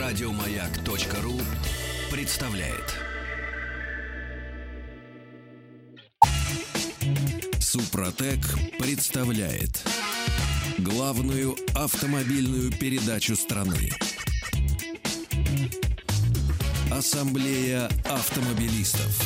Радиомаяк.ру представляет. Супротек представляет главную автомобильную передачу страны. Ассамблея автомобилистов.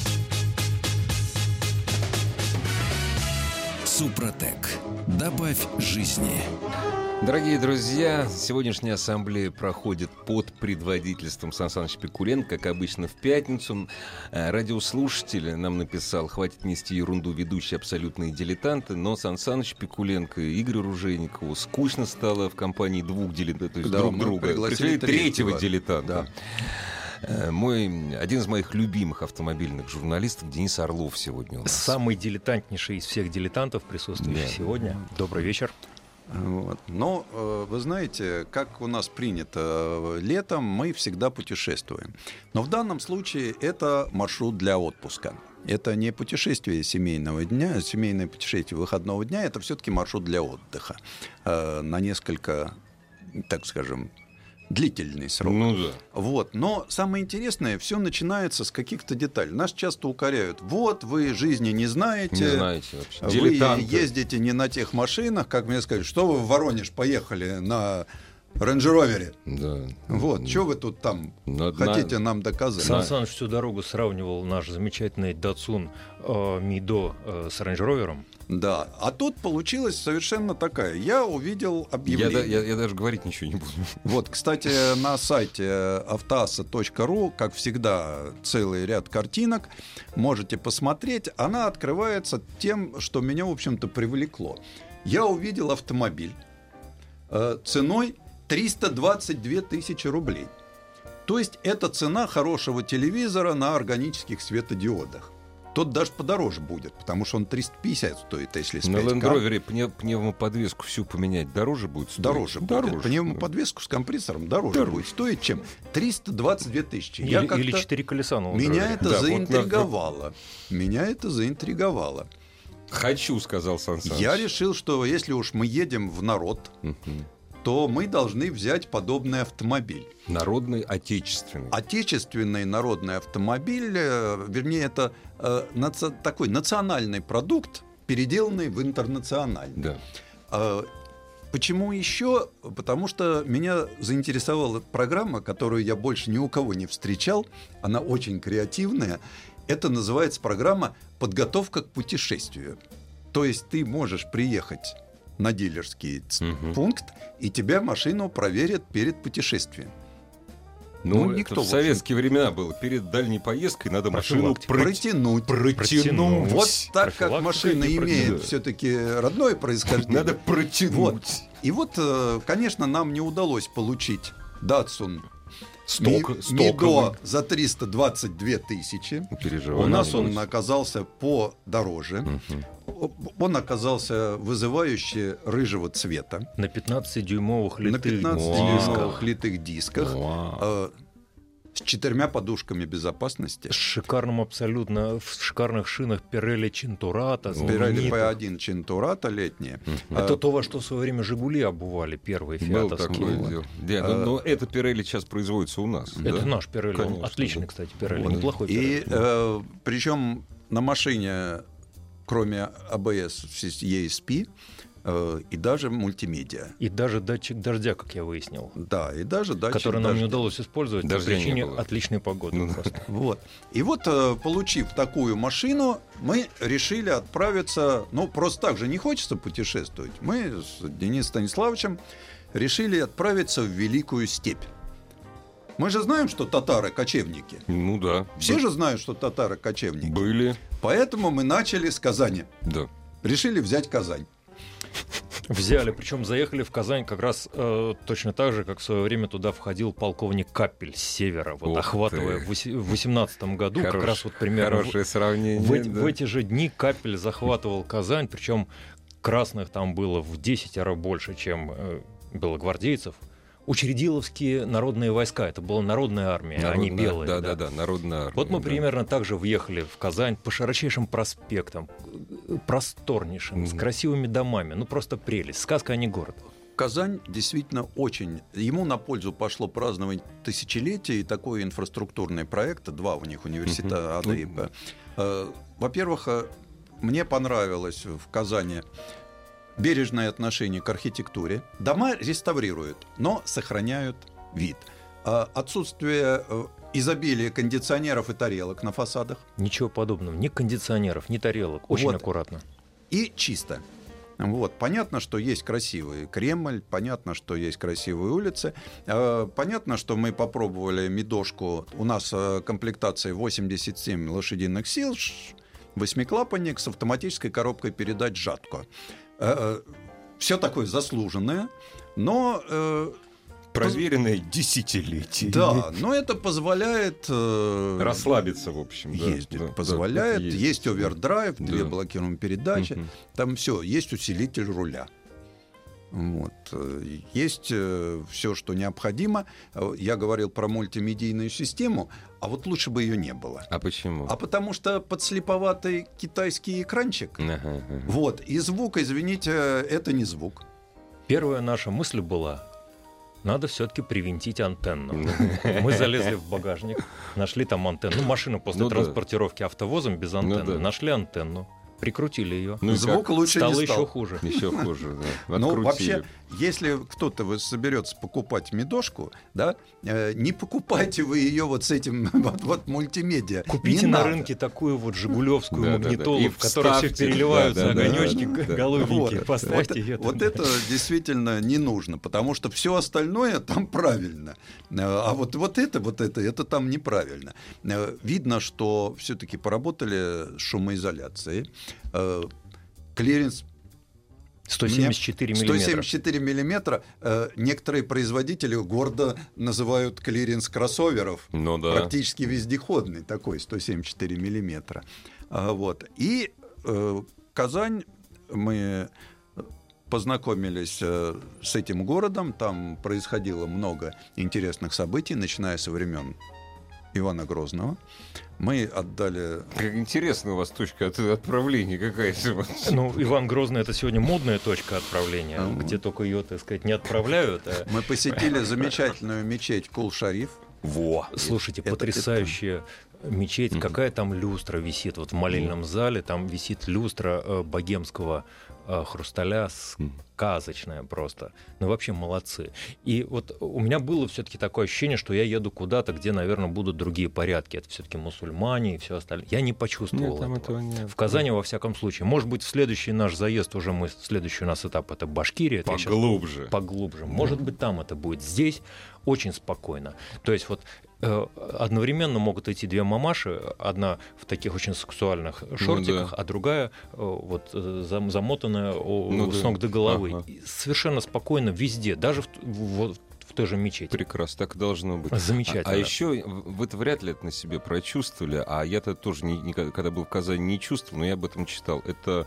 Супротек. Добавь жизни. Дорогие друзья, сегодняшняя ассамблея проходит под предводительством Сан Саныча Пикуленко, как обычно, в пятницу. Радиослушатель нам написал: хватит нести ерунду, ведущие абсолютные дилетанты. Но Сан Саныч Пикуленко и Игорю Ружейникову скучно стало в компании двух дилетантов, то есть друг друга. Пригласили третьего дилетанта. Один из моих любимых автомобильных журналистов Денис Орлов сегодня у нас. Самый дилетантнейший из всех дилетантов, присутствующих сегодня. Добрый вечер. Вот. Но вы знаете, как у нас принято, летом мы всегда путешествуем. Но в данном случае это маршрут для отпуска. Это не путешествие семейного дня, семейное путешествие выходного дня, это все-таки маршрут для отдыха. На несколько, так скажем, длительный срок. Ну да. Вот. Но самое интересное, все начинается с каких-то деталей. Нас часто укоряют: вот вы жизни не знаете, вообще. Вы Дилетанты. ездите не на тех машинах, как мне сказали, что вы в Воронеж поехали на Рейндж-Ровере. Да. Вот, что вы тут там хотите нам доказать? Сан Саныч всю дорогу сравнивал наш замечательный Datsun Mido с Рейндж-Ровером. Да, а тут получилась совершенно такая. Я увидел объявление. Я даже говорить ничего не буду. Вот, кстати, на сайте автоаса.ру, как всегда, целый ряд картинок. Можете посмотреть. Она открывается тем, что меня, в общем-то, привлекло. Я увидел автомобиль ценой 322 тысячи рублей. То есть это цена хорошего телевизора на органических светодиодах. Тот даже подороже будет, потому что он 350 стоит, если с 5К. На Land Rover пневмоподвеску всю поменять дороже будет стоить? Дороже будет. Пневмоподвеску с компрессором дороже будет стоить, чем 322 тысячи. Или 4 колеса на Land Rover. Меня это заинтриговало. Меня это заинтриговало. Хочу, сказал Сан Саныч. Я решил, что если уж мы едем в народ, то мы должны взять подобный автомобиль. Народный, отечественный. Отечественный народный автомобиль, вернее, это такой национальный продукт, переделанный в интернациональный. Да. Почему еще? Потому что меня заинтересовала программа, которую я больше ни у кого не встречал. Она очень креативная. Это называется программа «Подготовка к путешествию». То есть ты можешь приехать на дилерский пункт, и тебя машину проверят перед путешествием. Никто в советские времена было. Перед дальней поездкой надо машину протянуть. Вот так как машина имеет все-таки родное происхождение. Надо протянуть. И вот, конечно, нам не удалось получить Datsun Mido за 322 тысячи. Переживаю. У нас он оказался подороже. Он оказался вызывающе рыжего цвета. На 15-дюймовых литых дисках. С 4 подушками безопасности. С шикарным абсолютно, в шикарных шинах Pirelli Cinturato. Pirelli P1 Cinturato летние. Это то, во что в свое время «Жигули» обували, первые фиатовские. Но это Pirelli сейчас производится у нас. Это наш Pirelli. Отличный, кстати, Pirelli. Неплохой Pirelli. И причем на машине, кроме АБС, ESP, и даже мультимедиа. И даже датчик дождя, как я выяснил. Да, и даже датчик который нам не удалось использовать по причине отличной погоды. Вот. И вот, получив такую машину, мы решили отправиться. Просто так же не хочется путешествовать. Мы с Денисом Станиславовичем решили отправиться в Великую Степь. Мы же знаем, что татары кочевники. Ну да. Все же знают, что татары кочевники. Были. Поэтому мы начали с Казани. Да. Решили взять Казань. Взяли, причем заехали в Казань как раз точно так же, как в свое время туда входил полковник Капель с севера, охватывая в 2018 году, как раз вот примерно хорошее сравнение, в эти же дни Капель захватывал Казань, причем красных там было в 10 раз больше, чем было гвардейцев. Учредиловские народные войска, это была народная армия, они белые. Да, народная армия. Вот мы примерно так же въехали в Казань по широчайшим проспектам, просторнейшим, с красивыми домами, просто прелесть, сказка, а не город. Казань действительно очень... Ему на пользу пошло празднование тысячелетия и такой инфраструктурный проект. 2 у них университета АДИП. Во-первых, мне понравилось в Казани бережное отношение к архитектуре. Дома реставрируют, но сохраняют вид. Отсутствие изобилия кондиционеров и тарелок на фасадах. Ничего подобного. Ни кондиционеров, ни тарелок. Очень аккуратно. И чисто. Вот. Понятно, что есть красивый Кремль, понятно, что есть красивые улицы. Понятно, что мы попробовали медошку. У нас комплектация 87 лошадиных сил, 8-клапанник с автоматической коробкой передач «Жатко». Все такое заслуженное, но... Проверенное десятилетиями. Да, но это позволяет... расслабиться, в общем. Ездить да, позволяет. Да, есть овердрайв, 2 Да. блокируемые передачи. Там все. Есть усилитель руля. Вот. Есть все, что необходимо. Я говорил про мультимедийную систему, а вот лучше бы ее не было. А почему? А потому что подслеповатый китайский экранчик. Ага. Вот. И звук, извините, это не звук. Первая наша мысль была: надо все-таки привинтить антенну. Мы залезли в багажник, нашли там антенну. Ну, машина после Ну да. транспортировки автовозом без антенны. Ну да. Нашли антенну, прикрутили ее. Ну и Звук как? лучше Стало не стал. еще хуже. Еще хуже, да. Ну, Открутили. вообще, если кто-то соберется покупать медошку, да, не покупайте вы ее вот с этим вот мультимедиа. Купите Не на надо. рынке такую вот жигулевскую Да, да, да. магнитолу, И в которой все вставьте. переливаются Да, да, да, огонечки да, да. голубенькие. Вот. Поставьте ее. Вот это действительно не нужно, потому что все остальное там правильно. А вот это там неправильно. Видно, что все-таки поработали с шумоизоляцией. Клиренс 174 миллиметра. 174 миллиметра. Некоторые производители гордо называют клиренс кроссоверов. Ну да. Практически вездеходный такой, 174 миллиметра. Вот. И Казань, мы познакомились с этим городом. Там происходило много интересных событий, начиная со времен Ивана Грозного. Мы отдали... Как интересно у вас точка отправления какая-то. Ну, Иван Грозный — это сегодня модная точка отправления, где только ее, так сказать, не отправляют. Мы посетили замечательную мечеть Кул-Шариф. Во! Слушайте, потрясающая мечеть. Какая там люстра висит? Вот в молельном зале там висит люстра богемского хрусталя, сказочная просто. Ну, вообще молодцы. И вот у меня было все-таки такое ощущение, что я еду куда-то, где, наверное, будут другие порядки. Это все-таки мусульмане и все остальное. Я не почувствовал Нет, там этого. нет. В Казани, во всяком случае. Может быть, в следующий наш заезд уже следующий у нас этап — это Башкирия. Это я щас Поглубже. поглубже. Может быть, там это будет. Здесь очень спокойно. То есть вот одновременно могут идти 2 мамаши, одна в таких очень сексуальных шортиках, а другая вот замотанная с ног до головы. Ага. И совершенно спокойно везде, даже в той же мечети. Прекрасно, так должно быть. Замечательно. А еще вы-то вряд ли это на себе прочувствовали, а я-то тоже, когда был в Казани, не чувствовал, но я об этом читал. Это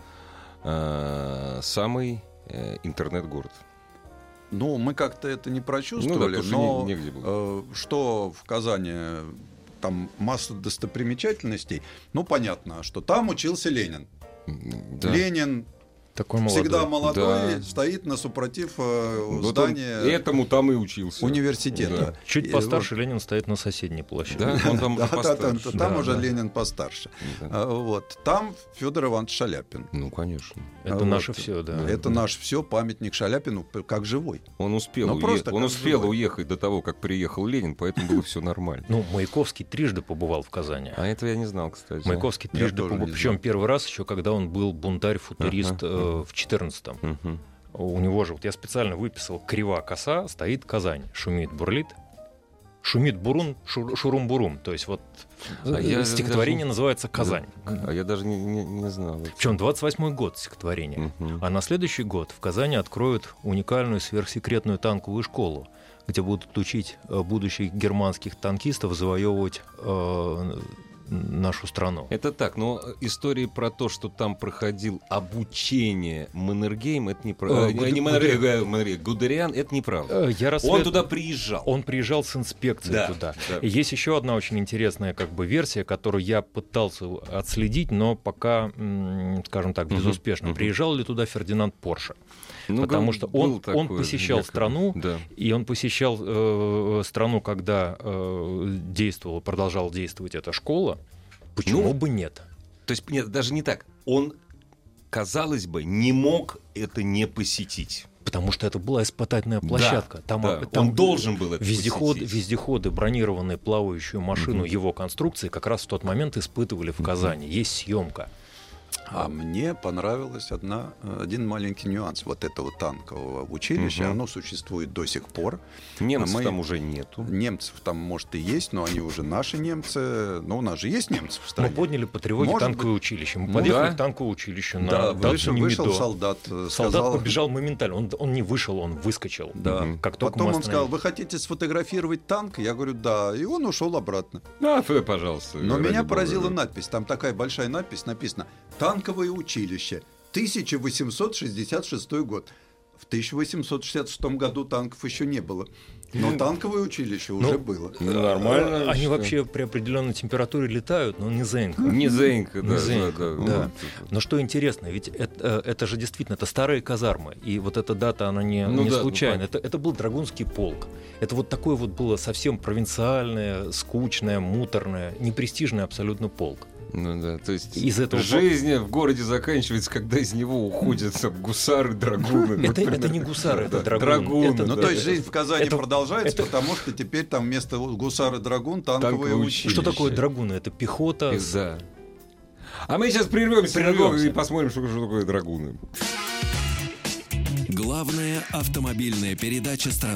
самый интернет-город. Ну, мы как-то это не прочувствовали, потому что но негде было. что в Казани там масса достопримечательностей, ну, понятно, что там учился Ленин. Да. Ленин Такой молодой. всегда молодой, Да. стоит напротив Вот здания он этому там и учился. университета. Чуть И постарше Ленин стоит на соседней площади. Да, он там Да, постарше. там Да, уже да. Ленин постарше. Да. Вот. Там Федор Иванович Шаляпин. Ну, конечно. Это Вот. наше все, да. Это наш все памятник Шаляпину как живой. Он успел, Ну, просто он как успел живой. уехать до того, как приехал Ленин, поэтому было все нормально. Ну, Маяковский 3 побывал в Казани. А этого я не знал, кстати. Маяковский Я 3 тоже побывал. не Причем знал. первый раз еще, когда он был бунтарь-футурист Ага. в 14-м. Мгм. У него же, вот я специально выписал, крива коса, стоит Казань, шумит, бурлит. Шумит бурун, шурум-бурум. То есть вот я стихотворение даже- называется «Казань». А я даже не знал. Причем 28-й год стихотворения. Мгм. А на следующий год в Казани откроют уникальную сверхсекретную танковую школу, где будут учить будущих германских танкистов завоевывать нашу страну. Это так, но истории про то, что там проходил обучение Маннергейм, это неправда. Гудериан, это неправда. Он туда приезжал. Он приезжал с инспекцией туда. Да. И есть еще одна очень интересная версия, которую я пытался отследить, но пока, скажем так, безуспешно. Приезжал ли туда Фердинанд Порше? Потому что он посещал страну, и он посещал страну, когда продолжала действовать эта школа. Почему бы нет? То есть, нет, даже не так. Он, казалось бы, не мог это не посетить. Потому что это была испытательная площадка. Там он должен был это посетить. Вездеходы, бронированные плавающую машину его конструкции как раз в тот момент испытывали в Казани. Есть съемка. А мне понравилось один маленький нюанс вот этого танкового училища. Оно существует до сих пор. Немцев там уже нету. Немцев там, может, и есть, но они уже наши немцы. Но у нас же есть немцы в стране. Мы подняли по тревоге танковое училище. Мы подъехали к танковому училищу на Датсуне Мидо. Вышел солдат. Солдат побежал моментально. Он не вышел, он выскочил. Да. Как только потом он сказал: вы хотите сфотографировать танк? Я говорю: да. И он ушел обратно. Пожалуйста. Но меня поразила надпись. Там такая большая надпись написана: «Танковое училище, 1866 год». В 1866 году танков еще не было. Но танковое училище уже было. Нормально. Они вообще при определенной температуре летают, но не зенька. Не зенька, да. Но что интересно, ведь это же действительно, это старые казармы. И вот эта дата, она не случайна. Это был Драгунский полк. Это вот такое вот было совсем провинциальное, скучное, муторное, непрестижный абсолютно полк. То есть жизнь в городе заканчивается, когда из него уходят гусары, драгуны. Это не гусары, это драгуны. То есть жизнь в Казани продолжается, потому что теперь там вместо гусары драгун танковое училище. Что такое драгуны? Это пехота. Да. А мы сейчас прервемся и посмотрим, что такое драгуны. Главная автомобильная передача страны.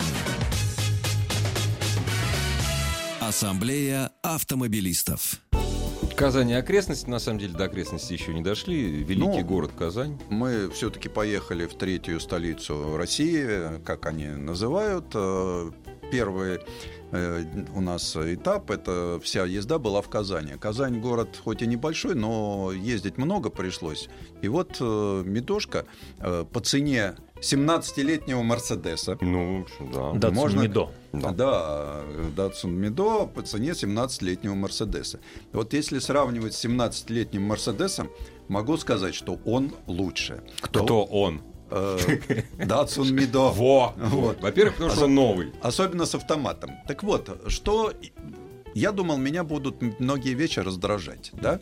Ассамблея автомобилистов. Казань и окрестности, на самом деле, до окрестностей еще не дошли. Великий город Казань. Мы все-таки поехали в третью столицу России, как они называют. Первый у нас этап, это вся езда была в Казани. Казань город хоть и небольшой, но ездить много пришлось. И вот Мидошка по цене 17-летнего Мерседеса. Ну, в общем, да. Датсун Мидо. Да, Датсун Мидо по цене 17-летнего Мерседеса. Вот если сравнивать с 17-летним Мерседесом, могу сказать, что он лучше. Кто он? Датсун Мидо. Во-первых, потому что он новый. Особенно с автоматом. Так вот, что я думал, меня будут многие вещи раздражать, да?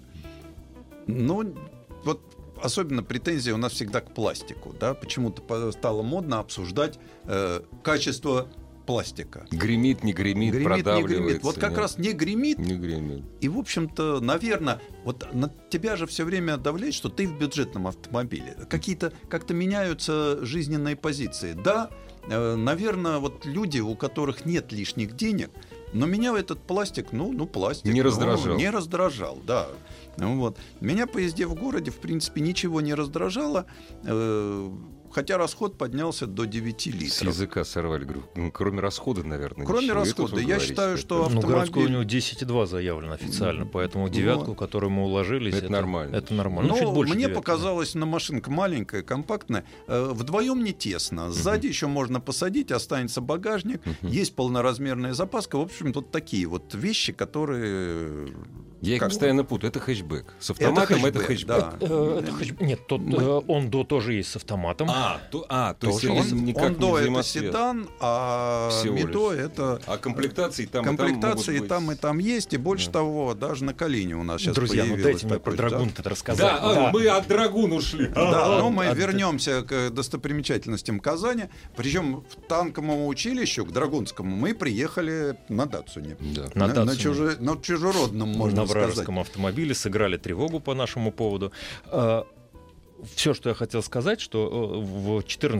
Ну, вот особенно претензии у нас всегда к пластику, да? Почему-то стало модно обсуждать качество пластика. Гремит, не гремит, продавливается. Не гремит. Вот как раз не гремит. Не гремит. И, в общем-то, наверное, вот на тебя же все время давляет, что ты в бюджетном автомобиле. Как-то меняются жизненные позиции. Да, наверное, вот люди, у которых нет лишних денег, но меня этот пластик, пластик. Не раздражал. Не раздражал, да. Вот. Меня по езде в городе, в принципе, ничего не раздражало. Хотя расход поднялся до 9 литров. С языка сорвали. Говорю, кроме расхода, наверное. Кроме расхода. Я считаю, что автомобиль... городской у него 10,2 заявлено официально, поэтому девятку, в которую мы уложились... Это нормально. Это нормально. Чуть больше мне показалось, машинка маленькая, компактная. Вдвоем не тесно. Сзади еще можно посадить, останется багажник. Есть полноразмерная запаска. В общем, вот такие вот вещи, которые... Я их постоянно путаю. Это хэтчбэк. С автоматом это хэтчбэк. Да. Нет, Ондо тоже есть с автоматом. То есть Ондо это седан, а Мидо это... А комплектации там и там есть. И больше того, даже на Калине у нас сейчас друзья, появилось. Друзья, дайте мне про Драгун-то рассказать. Да, мы от Драгун ушли. Да, но мы вернемся к достопримечательностям Казани. Причем в танковому училищу, к Драгунскому, мы приехали на Датсуне. На чужеродном, можно сказать. На вражеском автомобиле, сыграли тревогу по нашему поводу. Все, что я хотел сказать, что в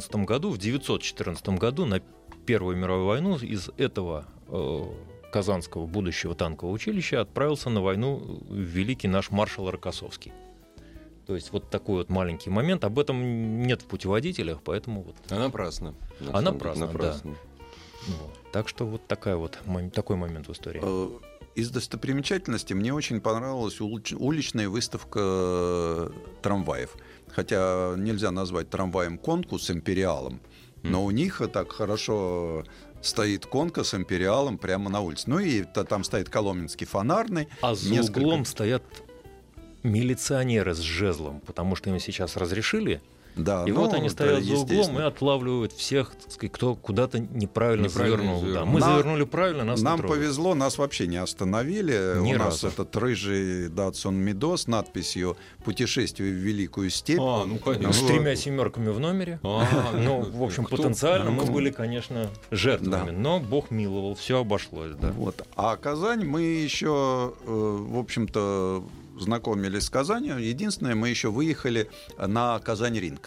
914 году на Первую мировую войну из этого Казанского будущего танкового училища отправился на войну великий наш маршал Рокоссовский. То есть вот такой вот маленький момент. Об этом нет в путеводителях, поэтому вот... А напрасно. Напрасно, да. Вот. Так что вот такой момент в истории. Из достопримечательностей мне очень понравилась уличная выставка трамваев. Хотя нельзя назвать трамваем конку с империалом, но у них так хорошо стоит конка с империалом прямо на улице. Ну и там стоит Коломенский фонарный. А за углом стоят милиционеры с жезлом, потому что им сейчас разрешили. Да, и вот они стоят за углом и отлавливают всех, так сказать, кто куда-то неправильно завернул. Да. Мы завернули правильно, нас нам повезло, нас вообще не остановили. У нас этот рыжий Datsun Mido с надписью «Путешествие в Великую степь». С 3 семерками в номере. Ну, в общем, потенциально мы были, конечно, жертвами, но Бог миловал, все обошлось. Да. Вот. А Казань мы еще, в общем-то, знакомились с Казанью. Единственное, мы еще выехали на Казань-Ринг.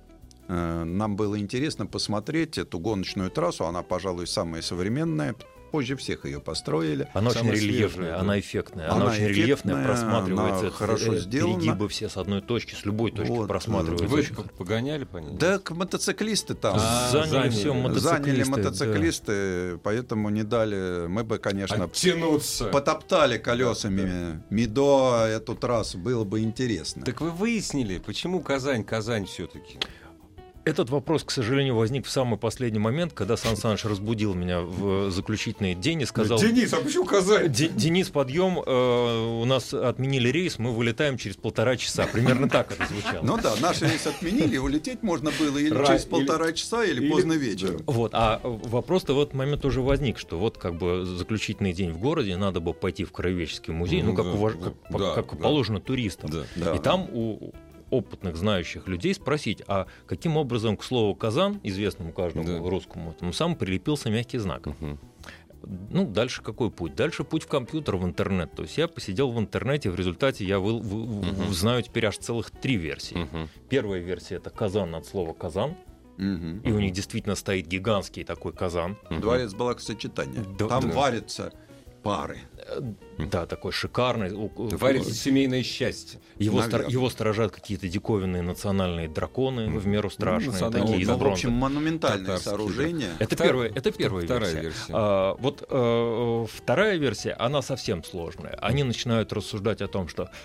Нам было интересно посмотреть эту гоночную трассу. Она, пожалуй, самая современная. Позже всех ее построили. Она очень рельефная, она эффектная. Она очень рельефная, просматривается. Хорошо сделана. Перегибы все с одной точки, с любой точки просматриваются. Вы погоняли по ней? Да, мотоциклисты там. Заняли мотоциклисты, поэтому не дали. Мы бы, конечно, оттянуться. Потоптали колесами Мидо эту трассу. Было бы интересно. Так вы выяснили, почему Казань все-таки? Этот вопрос, к сожалению, возник в самый последний момент, когда Сан Саныч разбудил меня в заключительный день и сказал: Денис, а почему Казань? Денис, подъем, у нас отменили рейс, мы вылетаем через 1,5 часа. Примерно так это звучало. Ну да, наш рейс отменили, улететь можно было или через 1,5 часа, или поздно вечером. Вот, а вопрос-то в этот момент уже возник, что вот как бы заключительный день в городе, надо было пойти в Краеведческий музей, как положено туристам. И там у опытных, знающих людей спросить, а каким образом к слову «Казан», известному каждому русскому, сам прилепился мягкий знак. Ну, дальше какой путь? Дальше путь в компьютер, в интернет. То есть я посидел в интернете, в результате я знаю теперь аж целых 3 версии. Первая версия — это «Казан» от слова «Казан». И у них действительно стоит гигантский такой казан. Дворец бракосочетания. Там варятся пары. Да, такой шикарный. Варится семейное счастье. Его сторожат какие-то диковинные национальные драконы, в меру страшные, такие из бронзы. В общем, монументальное сооружение. Это первая версия. Вот вторая версия, она совсем сложная. Они начинают рассуждать о том, что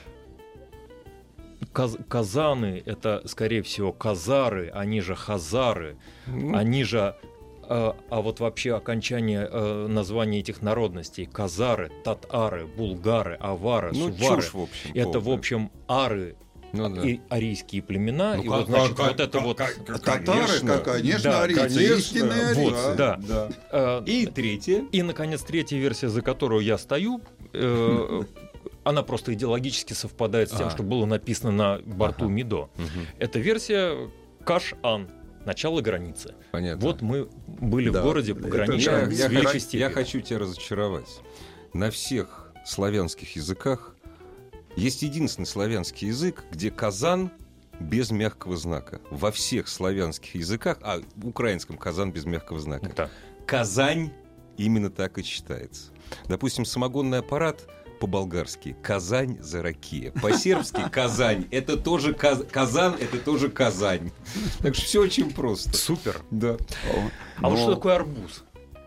казаны — это, скорее всего, казары, они же хазары, они же... А вот вообще окончание названия этих народностей: казары, татары, булгары, авары, сувары. Чушь, в общем, это, в общем, ары и арийские племена. И вот, значит, вот это вот... Татары, конечно, арийцы, истинные арийцы. И третья. И, наконец, третья версия, за которую я стою, она просто идеологически совпадает с тем, что было написано на борту Мидо. Это версия Каш-Ан. Начало границы. Понятно. Вот мы были в городе пограничном с Великой степью. Я хочу тебя разочаровать. На всех славянских языках есть единственный славянский язык, где Казан без мягкого знака. Во всех славянских языках, в украинском Казан без мягкого знака. Да. Казань именно так и читается. Допустим, самогонный аппарат по-болгарски Казань за ракия. По-сербски Казань. Это тоже Казан, это тоже Казань. Так что все очень просто. Супер. Да. А вот что такое арбуз?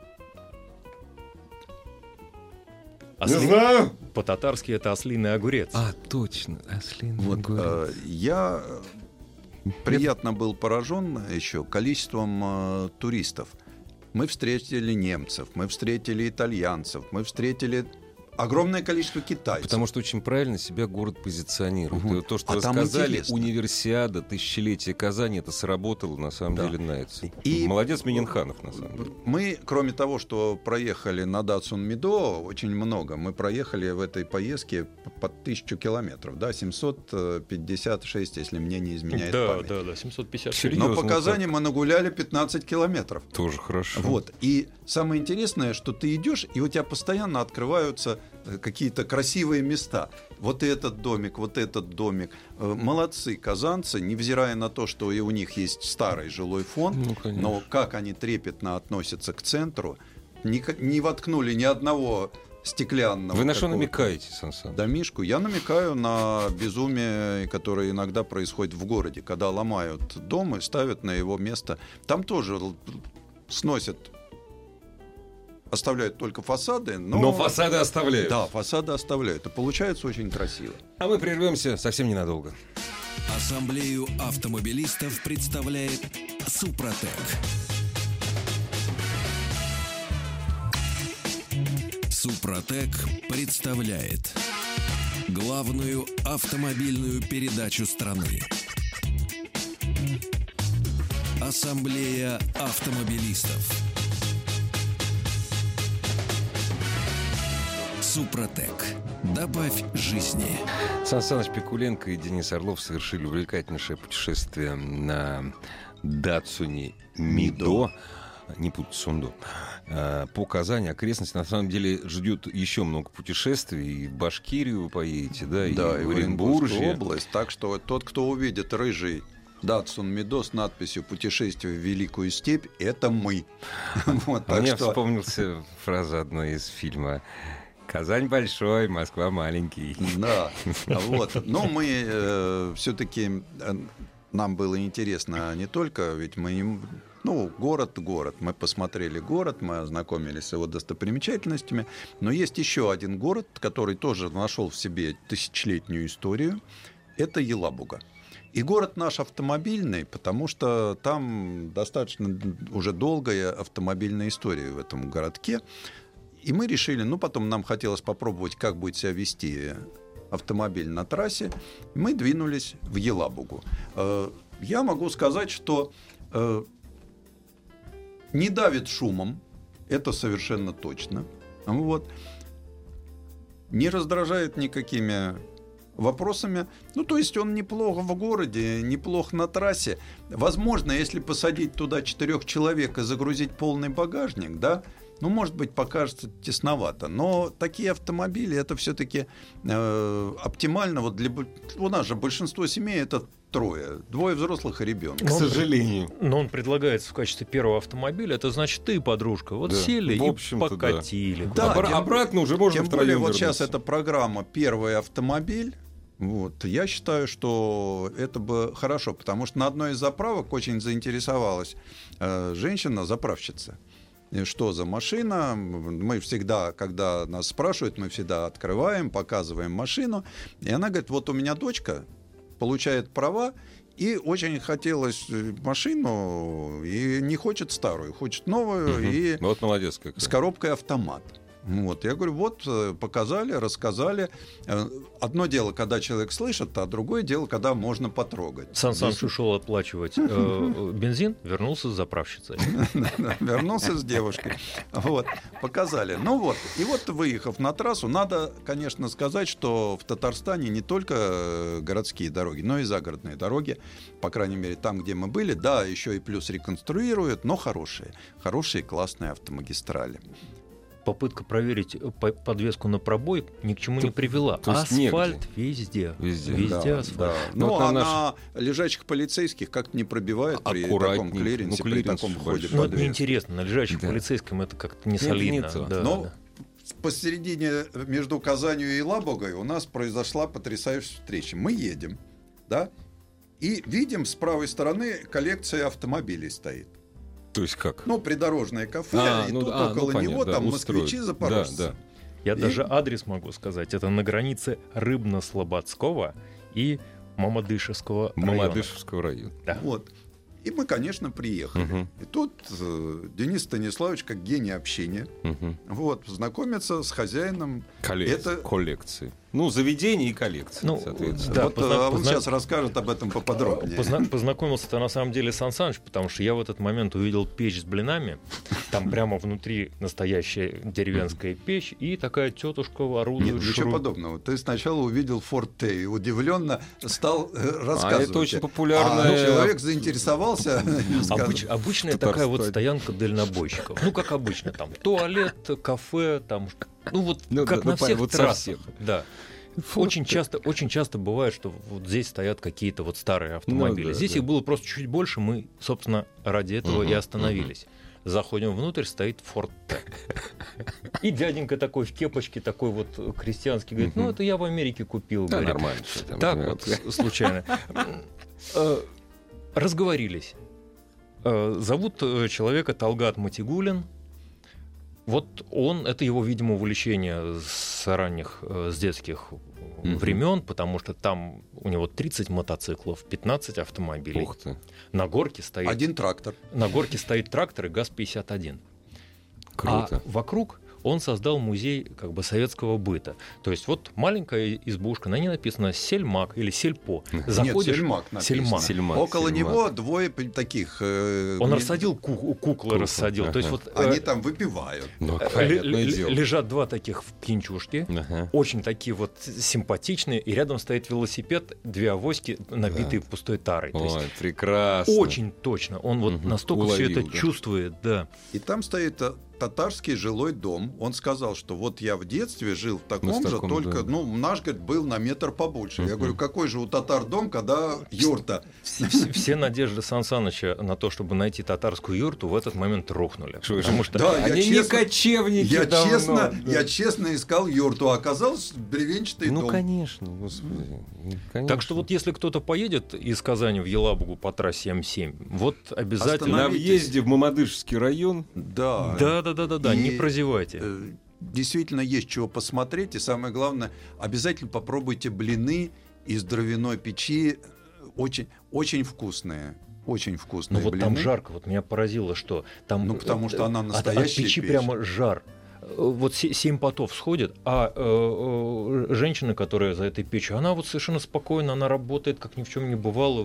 Не знаю. По-татарски это ослиный огурец. Точно. Ослиный огурец. Я приятно был поражен еще количеством туристов. Мы встретили немцев, мы встретили итальянцев, мы встретили огромное количество китайцев. Потому что очень правильно себя город позиционирует. То, что вы сказали, универсиада, тысячелетие Казани, это сработало, на самом деле, на это. И молодец Минниханов, на самом деле. Мы, кроме того, что проехали на Datsun Mido очень много, мы проехали в этой поездке под 1000 километров, 756, если мне не изменяет память. Да, 756. Серьезно, но по Казани мы нагуляли 15 километров. Тоже хорошо. Вот. И самое интересное, что ты идешь, и у тебя постоянно открываются какие-то красивые места. Вот этот домик, вот этот домик. Молодцы казанцы, невзирая на то, что и у них есть старый жилой фонд, но как они трепетно относятся к центру, не воткнули ни одного стеклянного. Вы на что намекаете, Сан Саныч? Домишку. Я намекаю на безумие, которое иногда происходит в городе, когда ломают дом и ставят на его место. Там тоже сносят оставляют только фасады, Но фасады оставляют. Да, фасады оставляют. И получается очень красиво. А мы прервемся совсем ненадолго. Ассамблею автомобилистов представляет Супротек. Супротек представляет главную автомобильную передачу страны. Ассамблея автомобилистов. Супротек. Добавь жизни. Сан Саныч Пикуленко и Денис Орлов совершили увлекательнейшее путешествие на Датсуне Мидо. Не путать с Ундо. По Казани, окрестности. На самом деле ждет еще много путешествий. И в Башкирию вы поедете, да, и в Оренбурге. область. Так что тот, кто увидит рыжий Датсун Мидо с надписью «Путешествие в Великую степь» — это мы. Мне вспомнился фраза одной из фильма «Казань большой, Москва маленький». Да, вот. Но мы все-таки, нам было интересно не только, ведь мы, город. Мы посмотрели город, мы ознакомились с его достопримечательностями. Но есть еще один город, который тоже нашел в себе тысячелетнюю историю. Это Елабуга. И город наш автомобильный, потому что там достаточно уже долгая автомобильная история в этом городке. И мы решили, потом нам хотелось попробовать, как будет себя вести автомобиль на трассе. Мы двинулись в Елабугу. Я могу сказать, что не давит шумом, это совершенно точно. Вот. Не раздражает никакими вопросами. То есть он неплохо в городе, неплохо на трассе. Возможно, если посадить туда 4 человек и загрузить полный багажник, да, может быть, покажется тесновато. Но такие автомобили, это все-таки оптимально. У нас же большинство семей это 3. 2 взрослых и ребенок. К сожалению. Но он предлагается в качестве первого автомобиля. Это значит, ты и подружка. Сели и покатили. Да, обратно уже можно тем втроем более, вернуться. Сейчас эта программа «Первый автомобиль». Я считаю, что это бы хорошо, потому что на одной из заправок очень заинтересовалась женщина-заправщица. Что за машина? Мы всегда, когда нас спрашивают, мы всегда открываем, показываем машину. И она говорит, у меня дочка получает права, и очень хотелось машину, и не хочет старую, хочет новую, и молодец какая. С коробкой автомат. Я говорю, показали, рассказали. Одно дело, когда человек слышит, а другое дело, когда можно потрогать. Сан Саныч ушел оплачивать бензин, вернулся с заправщицей. Вернулся с девушкой. Показали. И выехав на трассу, надо, конечно, сказать, что в Татарстане не только городские дороги, но и загородные дороги, по крайней мере, там, где мы были, да, еще и плюс реконструируют, но хорошие, классные автомагистрали. Попытка проверить подвеску на пробой ни к чему не привела. Асфальт везде. Везде асфальт. Да. На лежачих полицейских как-то не пробивает при таком клиренсе, при таком ходе. Это неинтересно. На лежачих полицейском это как-то не солидно. Но посередине между Казанью и Елабугой у нас произошла потрясающая встреча. Мы едем, да, и видим с правой стороны коллекция автомобилей стоит. То есть как? Придорожное кафе, и тут около него там москвичи, запорожцы. Я даже адрес могу сказать. Это на границе Рыбно-Слободского и Мамадышевского района. Да. И мы, конечно, приехали. И тут Денис Станиславович, как гений общения, знакомится с хозяином коллекции. Заведение и коллекции, соответственно. Да, он сейчас расскажет об этом поподробнее. Познакомился-то на самом деле Сан Саныч, потому что я в этот момент увидел печь с блинами. Там прямо внутри настоящая деревенская печь, и такая тетушка орудует. Нет, ничего подобного. Ты сначала увидел Форд Т и удивленно стал рассказывать. Это очень популярно. Человек заинтересовался. Обычная такая стоянка дальнобойщиков. Как обычно, там туалет, кафе, там... как на всех трассах. Да. Очень часто бывает, что здесь стоят какие-то старые автомобили. Здесь их было просто чуть больше, мы, собственно, ради этого и остановились. Заходим внутрь, стоит Ford T. И дяденька такой в кепочке, такой крестьянский, говорит, это я в Америке купил. Да, нормально. Так случайно. Разговорились. Зовут человека Талгат Матигулин. Вот это его, видимо, увлечение с детских времен, потому что там у него 30 мотоциклов, 15 автомобилей. Ух ты. На горке стоит... Один трактор. На горке стоит трактор и ГАЗ-51. Круто. А вокруг он создал музей как бы советского быта. То есть вот маленькая избушка, на ней написано «Сельмак» или «Сельпо». Заходишь... Нет, Сельмак написано. Сельмак. Около него двое таких... Он рассадил куклы, рассадил. Ага. То есть вот, Они там выпивают. Ну, понятное дело. лежат два таких пьянчушки, Ага. очень такие вот симпатичные, и рядом стоит велосипед, две авоськи, набитые пустой тарой. То есть Ой, прекрасно. очень точно. Он вот настолько все Уловил, это да. чувствует, да. И там стоит татарский жилой дом. Он сказал, что вот я в детстве жил в таком же, таком только, доме. наш, говорит, был на метр побольше. Я говорю, какой же у татар дом, когда юрта? Все надежды Сан Саныча на то, чтобы найти татарскую юрту, в этот момент рухнули. Что вы Потому что Да, я Они не честно- кочевники Я давно. честно искал юрту, а оказалось бревенчатый Ну, дом. конечно, господи. Конечно. Так что вот если кто-то поедет из Казани в Елабугу по трассе М7, вот обязательно... На въезде в Мамадышский район. Да. Да, И, не прозевайте. Действительно есть чего посмотреть. И самое главное, обязательно попробуйте блины из дровяной печи. Очень, очень вкусные. Очень Ну вкусные вот блины. там жарко, вот меня поразило, что там... Ну, потому что она от настоящая печи печь. прямо жар. Вот 7 потов сходит, а женщина, которая за этой печью, она вот совершенно спокойно, она работает, как ни в чем не бывало,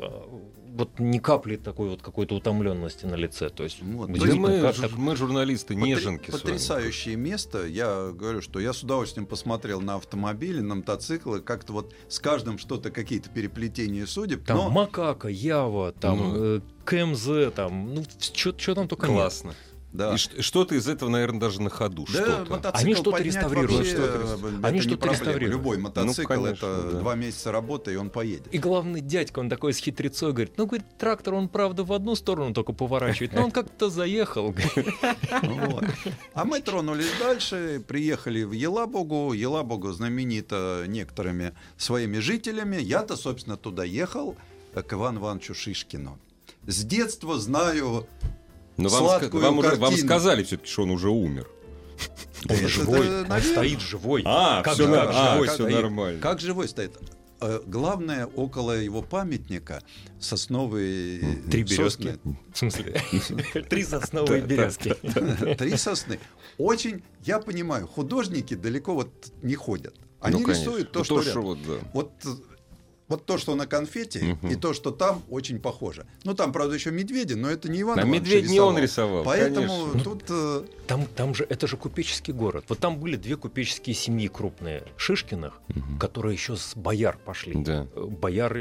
вот ни капли такой вот какой-то утомленности на лице. То есть, Вот. Да удивительно, как так- мы журналисты, неженки с вами. Потрясающее место. Я говорю, что я с удовольствием посмотрел на автомобили, на мотоциклы. Как-то вот с каждым что-то, какие-то переплетения судеб. Там но Макака, Ява, там КМЗ, там, ну, что там только нет. Классно. да. И что-то из этого, наверное, даже на ходу. Да, что-то. мотоцикл Они что-то поднять реставрируют. вообще, Что-то это Они не что-то проблема. реставрируют. Любой мотоцикл, конечно, это да. 2 месяца работы, и он поедет. И главный дядька, он такой с хитрецой, говорит, ну, говорит, трактор, он, правда, в одну сторону только поворачивает, но он как-то заехал. Вот. А мы тронулись дальше, приехали в Елабугу. Елабуга знаменита некоторыми своими жителями. Я-то, собственно, туда ехал к Ивану Ивановичу Шишкину. С детства знаю Но сладкую вам картину. сказали все-таки, что он уже умер. Он Это, живой, наверное, он стоит живой. Как Как живой все стоит. нормально. Как живой стоит. Главное, около его памятника сосновые 3 сосны. березки. В смысле? 3 сосновые березки. 3 сосны. Очень, я понимаю, художники далеко вот не ходят. Они Ну, конечно. рисуют то, Ну, что рядом. вот, да. Вот то, что на конфете, и то, что там, очень похоже. Ну, там, правда, еще медведи, но это не Иван А Иванович медведь не он рисовал, Поэтому конечно. тут... Там же, это же купеческий город. Вот там были 2 купеческие семьи крупные Шишкиных, которые еще с бояр пошли. Да. Бояр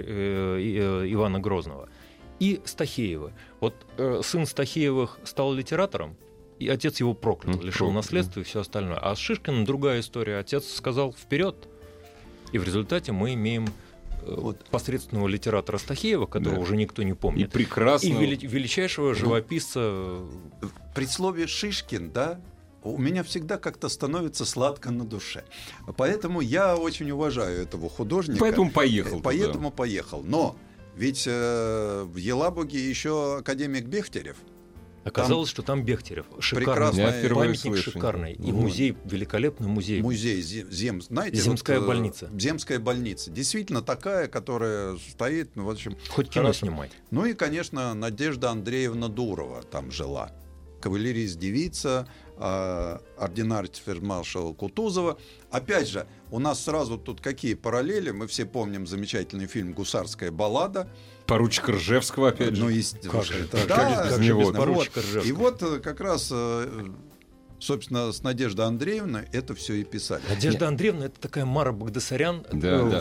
Ивана Грозного. И Стахеевы. Вот сын Стахеевых стал литератором, и отец его проклял, лишил проклял. наследства и все остальное. А с Шишкиным другая история. Отец сказал «вперед!» И в результате мы имеем посредственного литератора Стахеева, которого Да. уже никто не И помнит, прекрасно. и величайшего живописца. При слове «Шишкин», да, у меня всегда как-то становится сладко на душе. Поэтому я очень уважаю этого художника. Поэтому поехал туда. Поэтому поехал. Но ведь в Елабуге еще академик Бехтерев. Оказалось, что там Бехтерев. Шикарный прекрасная- Я впервые памятник, слышу. шикарный. И Вот. музей, великолепный музей. Музей знаете, Земская вот, больница. Земская больница. Действительно такая, которая стоит, ну, в общем, Хоть кино хорошо. снимай. Ну и, конечно, Надежда Андреевна Дурова там жила. Кавалерист-девица, ординарец-фельдмаршал Кутузова. Опять же, у нас сразу тут какие параллели. Мы все помним замечательный фильм «Гусарская баллада». Поручик Ржевского, опять же. Ну, есть, Как же, это- как да, же без него? вот. Поручика Ржевского. И вот как раз, собственно, с Надеждой Андреевной это все и писали. Надежда Андреевна — это такая Мара Багдасарян Да, да,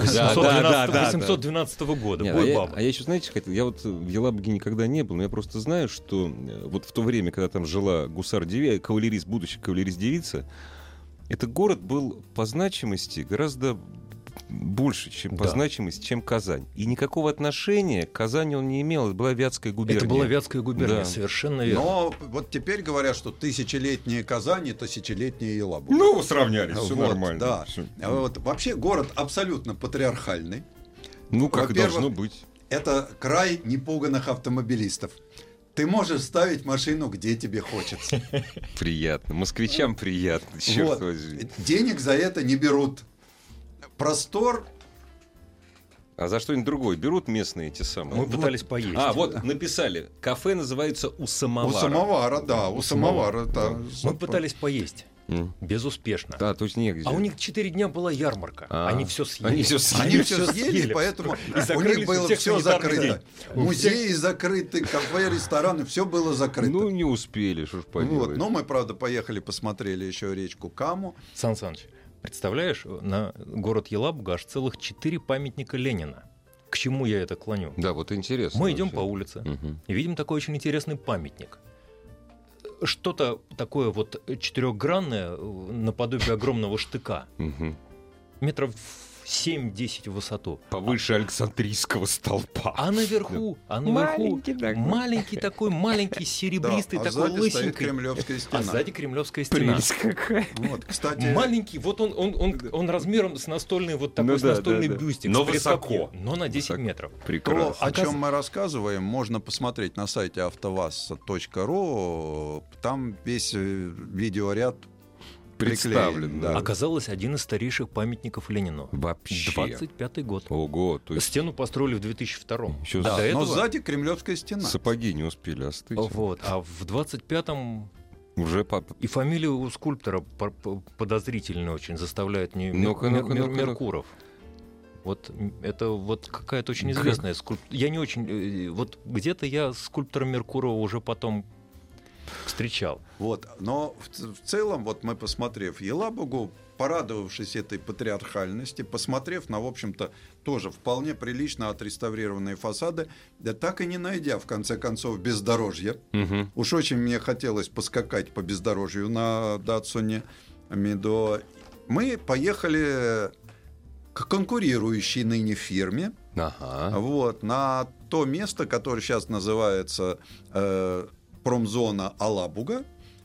812 года. Нет, Бой баба. я еще, знаете, хотел, я вот в Елабуге никогда не был, но я просто знаю, что вот в то время, когда там жила кавалерист, будущий кавалерист-девица, этот город был по значимости гораздо больше, чем по Да. значимости, чем Казань. И никакого отношения к Казани он не имел. Это была Вятская губерния. Это была Вятская губерния, Да. совершенно верно. Но вот теперь говорят, что тысячелетняя Казань — это тысячелетняя Елабуга. Ну, сравнялись, все Вот, нормально. Да. Всё. Вот, вообще город абсолютно патриархальный. Ну, как и Во-первых, должно быть. Это край непуганных автомобилистов. ты можешь ставить машину, где тебе хочется. Приятно. Москвичам приятно, черт Вот. возьми. Денег за это не берут. Простор. А за что-нибудь другое берут местные эти самые? Мы пытались поесть. А, вот написали. Кафе называется «У самовара». У самовара, да, у самовара. Да. Мы пытались поесть. М. Безуспешно. Да, то есть негде. А у них 4 дня была ярмарка. А. Они все съели. Они всё съели. Они все съели, поэтому И у закрылись них у было всех все санитарный закрыто. день. Музеи закрыты, кафе, рестораны, все было закрыто. Ну, не успели, что ж Вот. поделаешь. Но мы, правда, поехали, посмотрели еще речку Каму. Сан Саныч, представляешь, на город Елабуга аж целых 4 памятника Ленина. К чему я это клоню? Да, вот интересно. Мы идем вообще. по улице Мгм. и видим такой очень интересный памятник. Что-то такое вот четырехгранное, наподобие огромного штыка, Мгм. метров 7-10 в высоту. Повыше Александрийского столпа. А наверху маленький такой, маленький, серебристый, Да, а такой сзади стоит лысенький. Кремлевская стена. А сзади Кремлевская стена. какая. Вот, кстати, Маленький, вот он размером с настольный, вот такой Ну с да, настольный да, да. бюстик. Но с прискоком, высоко. но на 10 Высоко. метров. то, Прекрасно. о чем мы рассказываем, можно посмотреть на сайте автоваз.ру. Там весь видеоряд Представлен, приклеен, да. Оказалось, один из старейших памятников Ленину. Вообще. 25-й год. Ого, то есть Стену построили в 2002-м. Еще Да, До но этого- сзади Кремлевская стена. сапоги не успели остыть. Вот. А в 25-м Уже и фамилия у скульптора подозрительная очень, заставляет мне Ну-ка, ну-ка, ну-ка, ну-ка. Меркуров. Вот это вот какая-то очень известная скульптура. Я не очень... Вот где-то я скульптора Меркурова уже потом встречал. Вот. Но в целом, вот мы, посмотрев Елабугу, порадовавшись этой патриархальности, посмотрев на, в общем-то, тоже вполне прилично отреставрированные фасады, да так и не найдя, в конце концов, бездорожье. Мгм. Уж очень мне хотелось поскакать по бездорожью на Датсуне Мидо. Мы поехали к конкурирующей ныне фирме, Ага. вот, на то место, которое сейчас называется промзона Алабуга,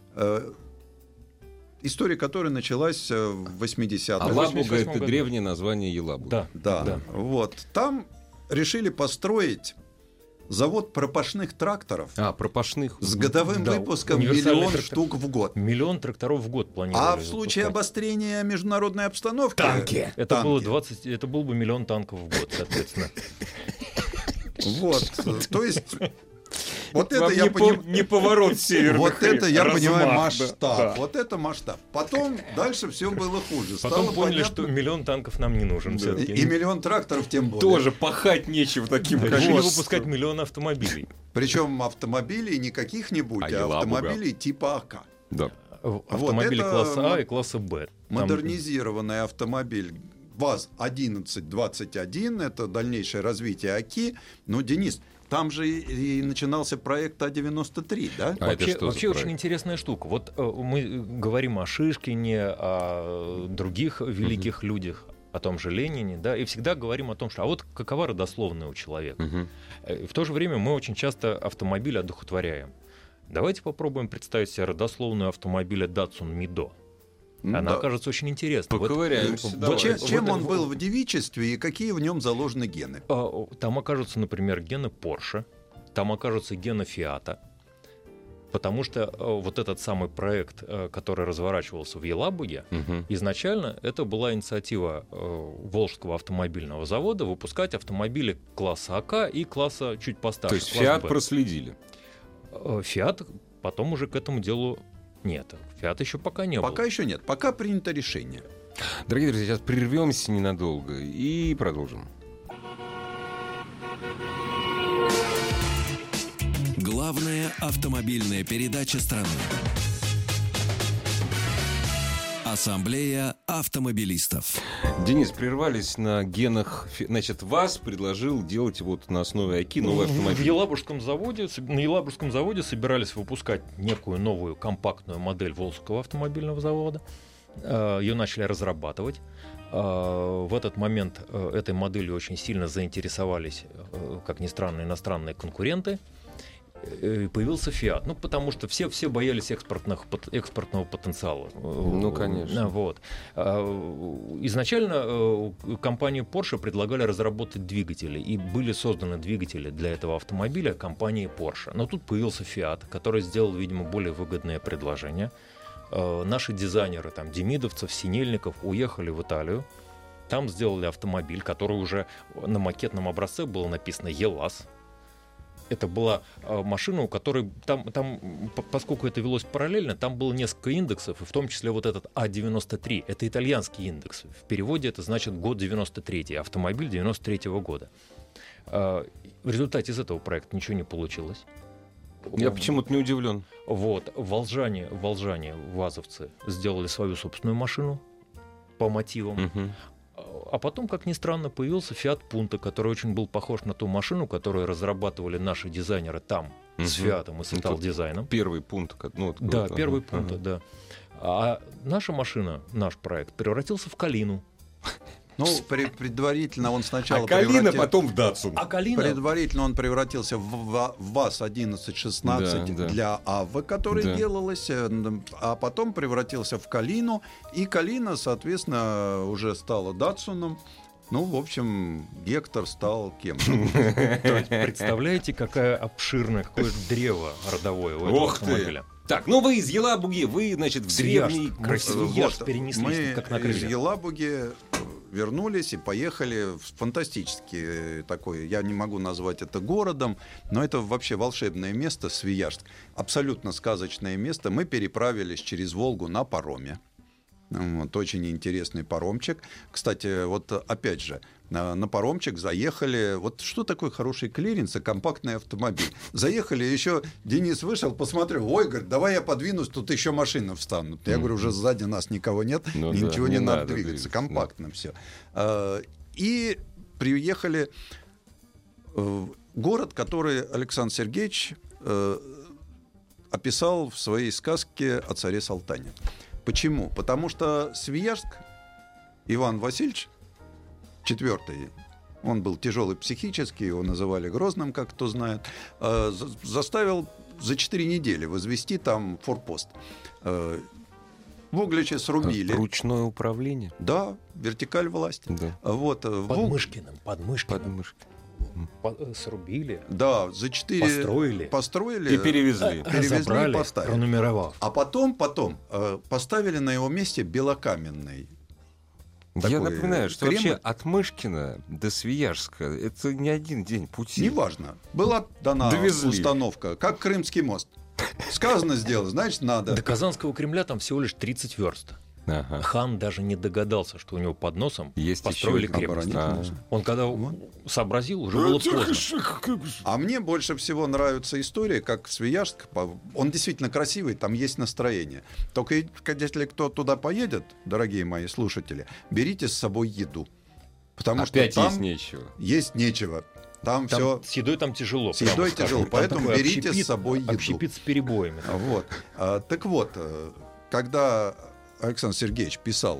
история которой началась в 80-х. Алабуга — 88 это году. древнее название Елабуга. Да. Да, вот. Там решили построить завод пропашных тракторов А, пропашных. с годовым Да, выпуском универсальный 1 000 000 трактор. штук в год. 1 000 000 тракторов в год планировали. А в случае выпускать. обострения международной обстановки... Это танки. было 20, это был бы 1 000 000 танков в год, соответственно. Вот, то есть... Вот это Вам я понимаю... не поворот северных Вот это я размах, понимаю да, масштаб. да. Вот это масштаб. Потом дальше все было хуже. Потом Стало поняли, понятно, что 1 000 000 танков нам не нужен Да. все-таки. и 1 000 000 тракторов тем более. Тоже пахать нечего таким Решили количеством. выпускать 1 000 000 автомобилей. Причем автомобилей не каких-нибудь, А а Елабуга. автомобилей типа АК. Да. Автомобили это класса А и класса Б. Там- Модернизированный автомобиль ВАЗ-1121, это дальнейшее развитие АКИ. Ну, Денис, там же и начинался проект А-93, да? А это что за Вообще очень проект? интересная штука. Вот мы говорим о Шишкине, о других великих людях, о том же Ленине, да, и всегда говорим о том, что а вот какова родословная у человека. Мгм. В то же время мы очень часто автомобиль одухотворяем. Давайте попробуем представить себе родословную автомобиля Datsun Mido. Она Да. окажется очень интересной. Вот, Поковыряемся, вот давай. Чем вот- он был в девичестве и какие в нем заложены гены? Там окажутся, например, гены Porsche, там окажутся гены Фиата, потому что вот этот самый проект, который разворачивался в Елабуге, Мгм. изначально это была инициатива Волжского автомобильного завода выпускать автомобили класса АК и класса чуть постарше. То есть класс Фиат Б. проследили. Фиат потом уже к этому делу нет. Фиат еще пока не Пока было. еще нет. Пока принято решение. Дорогие друзья, сейчас прервемся ненадолго и продолжим. Главная автомобильная передача страны. Ассамблея автомобилистов. Денис, прервались на генах. Значит, ВАЗ предложил делать вот на основе АКИ новый В автомобиль. на Елабужском заводе собирались выпускать некую новую компактную модель Волжского автомобильного завода. Ее начали разрабатывать. В этот момент этой моделью очень сильно заинтересовались, как ни странно, иностранные конкуренты. Появился Fiat. Ну, потому что все боялись экспортного потенциала. Ну, конечно. Вот. Изначально компании Porsche предлагали разработать двигатели, и были созданы двигатели для этого автомобиля компании Porsche. Но тут появился Fiat, который сделал, видимо, более выгодное предложение. Наши дизайнеры, там, демидовцев, синельников, уехали в Италию. Там сделали автомобиль, который уже на макетном образце было написано «ЕЛАЗ». Это была машина, у которой поскольку это велось параллельно, там было несколько индексов, и в том числе вот этот А93. Это итальянский индекс. В переводе это значит год 93-й, автомобиль 93-го года. В результате из этого проекта ничего не получилось. Я почему-то не удивлен. Вот. Волжане, вазовцы, сделали свою собственную машину по мотивам. Угу. А потом, как ни странно, появился Fiat Punto, который очень был похож на ту машину, которую разрабатывали наши дизайнеры там, с Фиатом и с Итал-дизайном. Первый пункт. Да, первый Punto, да. А наша машина, наш проект, превратился в Калину. Ну, предварительно он сначала Калина, потом в Датсун. Предварительно он превратился в ВАЗ-1116 для АВ, который делалось, а потом превратился в Калину, и Калина, соответственно, уже стала Датсуном. Ну, в общем, Гектор стал кем? Представляете, какое древо родовое у этого автомобиля? Так, ну вы из Елабуги, вы, значит, в древний... Свияжск перенеслись, как на крыльях. Мы из Елабуги вернулись и поехали в фантастический такой, я не могу назвать это городом, но это вообще волшебное место, Свияжск. Абсолютно сказочное место. Мы переправились через Волгу на пароме. Вот, очень интересный паромчик. Кстати, вот опять же, на паромчик заехали. Вот что такое хороший клиренс и компактный автомобиль? Заехали, еще Денис вышел, посмотрел. Ой, говорит, давай я подвинусь, тут еще машины встанут. Я говорю, уже сзади нас никого нет, ничего не надо двигаться. Компактно все. И приехали в город, который Александр Сергеевич описал в своей сказке о царе Салтане. Почему? Потому что Свияжск, Иван Васильевич IV, он был тяжелый психически, его называли Грозным, как кто знает, заставил за 4 недели возвести там форпост. В Угличе срубили. Ручное управление? Да, вертикаль власти. Да. Вот, под Мышкиным. Срубили. Да, за 4 построили и перевезли. Разобрали, и поставили. Пронумеровав. А потом поставили на его месте белокаменный. Я напоминаю, что вообще от Мышкина до Свияжска это не один день пути. Неважно. Была дана установка, как Крымский мост. Сказано, сделано, значит, надо. До Казанского Кремля там всего лишь 30 верст. Ага. Хан даже не догадался, что у него под носом есть построили крепость. Он когда сообразил, уже было поздно. А мне больше всего нравится история, как Свияжск. Он действительно красивый, там есть настроение. Только если кто туда поедет, дорогие мои слушатели, берите с собой еду. Потому опять что там есть нечего. Есть нечего. Там все... С едой там тяжело. С едой тяжело, поэтому берите с собой еду. Общепит с перебоями. Вот. Так вот, когда Александр Сергеевич писал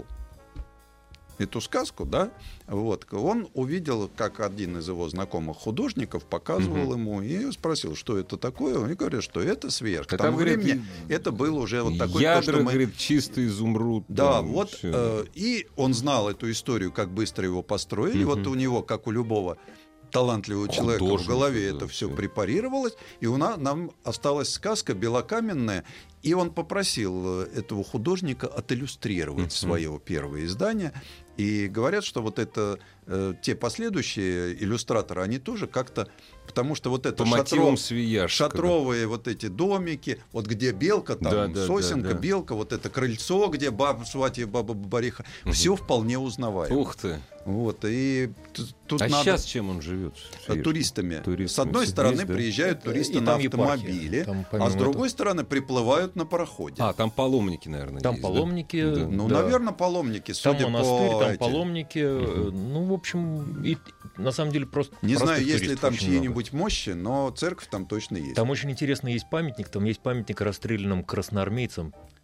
эту сказку, да, вот, он увидел, как один из его знакомых художников показывал ему и спросил, что это такое. Он говорит, что это Свияжск. К тому времени это был уже вот такой... Ядра, говорит, чистый изумруд. Да, вот. И он знал эту историю, как быстро его построили. Вот у него, как у любого талантливого человека, в голове это все препарировалось, и нам осталась сказка белокаменная, и он попросил этого художника отиллюстрировать свое первое издание, и говорят, что вот это те последующие иллюстраторы, они тоже как-то, потому что вот это шатровые вот эти домики, вот где белка, там сосенка, белка, вот это крыльцо, где сватья баба Бабариха, все вполне узнаваемо. Ух ты! Вот, и тут надо... сейчас чем он живет? Туристами. С одной стороны приезжают туристы на автомобиле, а с другой стороны приплывают на пароходе. Там паломники, наверное, там есть. паломники. Да? Ну, наверное, паломники. Там монастырь, там паломники. Ну, в общем, и на самом деле просто... Не знаю, есть ли там чьи-нибудь мощи, но церковь там точно есть. Там очень интересно есть памятник. Там есть памятник расстрелянным красноармейцам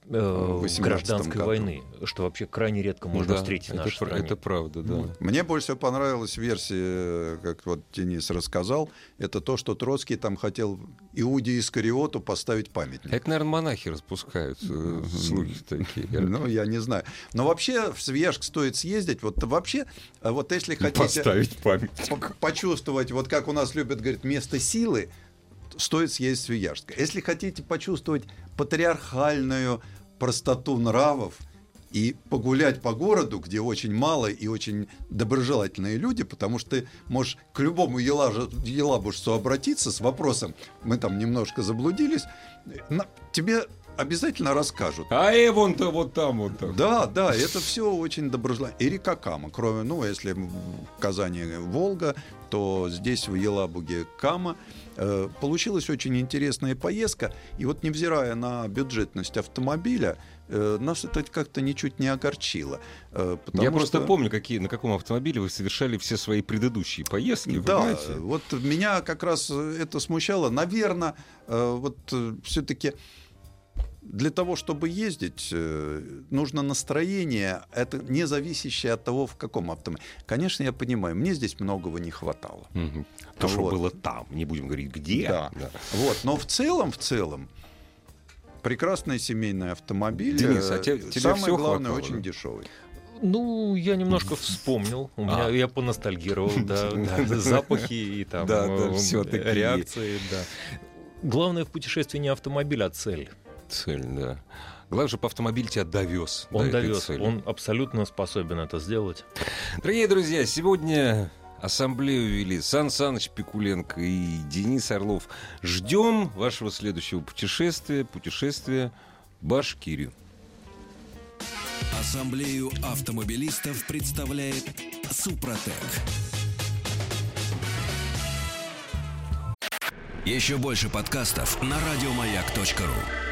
гражданской году. войны, что вообще крайне редко можно встретить в нашей стране. Это правда, да. Мне больше всего понравилась версия, как вот Денис рассказал, это то, что Троцкий там хотел Иуде Искариоту поставить памятник. Это, наверное, монахи распускают слухи такие. Ну, я не знаю. Но вообще в Свияжск стоит съездить. Вот вообще, вот если хотите Поставить памятник. почувствовать, вот как у нас любят говорить, место силы, стоит съездить в Свияжск. Если хотите почувствовать патриархальную простоту нравов и погулять по городу, где очень мало и очень доброжелательные люди, потому что ты можешь к любому елабужцу обратиться с вопросом, мы там немножко заблудились, тебе обязательно расскажут. Вон-то вот там. Да, это все очень доброжелательно. И река Кама, кроме, если в Казани Волга, то здесь в Елабуге Кама. Получилась очень интересная поездка. И вот невзирая на бюджетность автомобиля, нас это как-то ничуть не огорчило. Я просто помню, на каком автомобиле вы совершали все свои предыдущие поездки. Да, вот меня как раз это смущало. Наверное, вот все-таки для того, чтобы ездить, нужно настроение, это не зависящее от того, в каком автомобиле. Конечно, я понимаю, мне здесь многого не хватало. То, что было там, не будем говорить, где. Да. Вот. Но в целом, прекрасный семейный автомобиль. Денис, а тебе самое всё главное, хватало, очень да? дешевый. Ну, я немножко вспомнил. Я поностальгировал, запахи и там реакции. Главное в путешествии не автомобиль, а цель. Цель, да. Главное, чтобы автомобиль тебя довез. Он довез, он абсолютно способен это сделать. Дорогие друзья, сегодня ассамблею вели Сан Саныч Пикуленко и Денис Орлов. Ждем вашего следующего путешествия в Башкирию. Ассамблею автомобилистов представляет Супротек. Еще больше подкастов на радиомаяк.ру.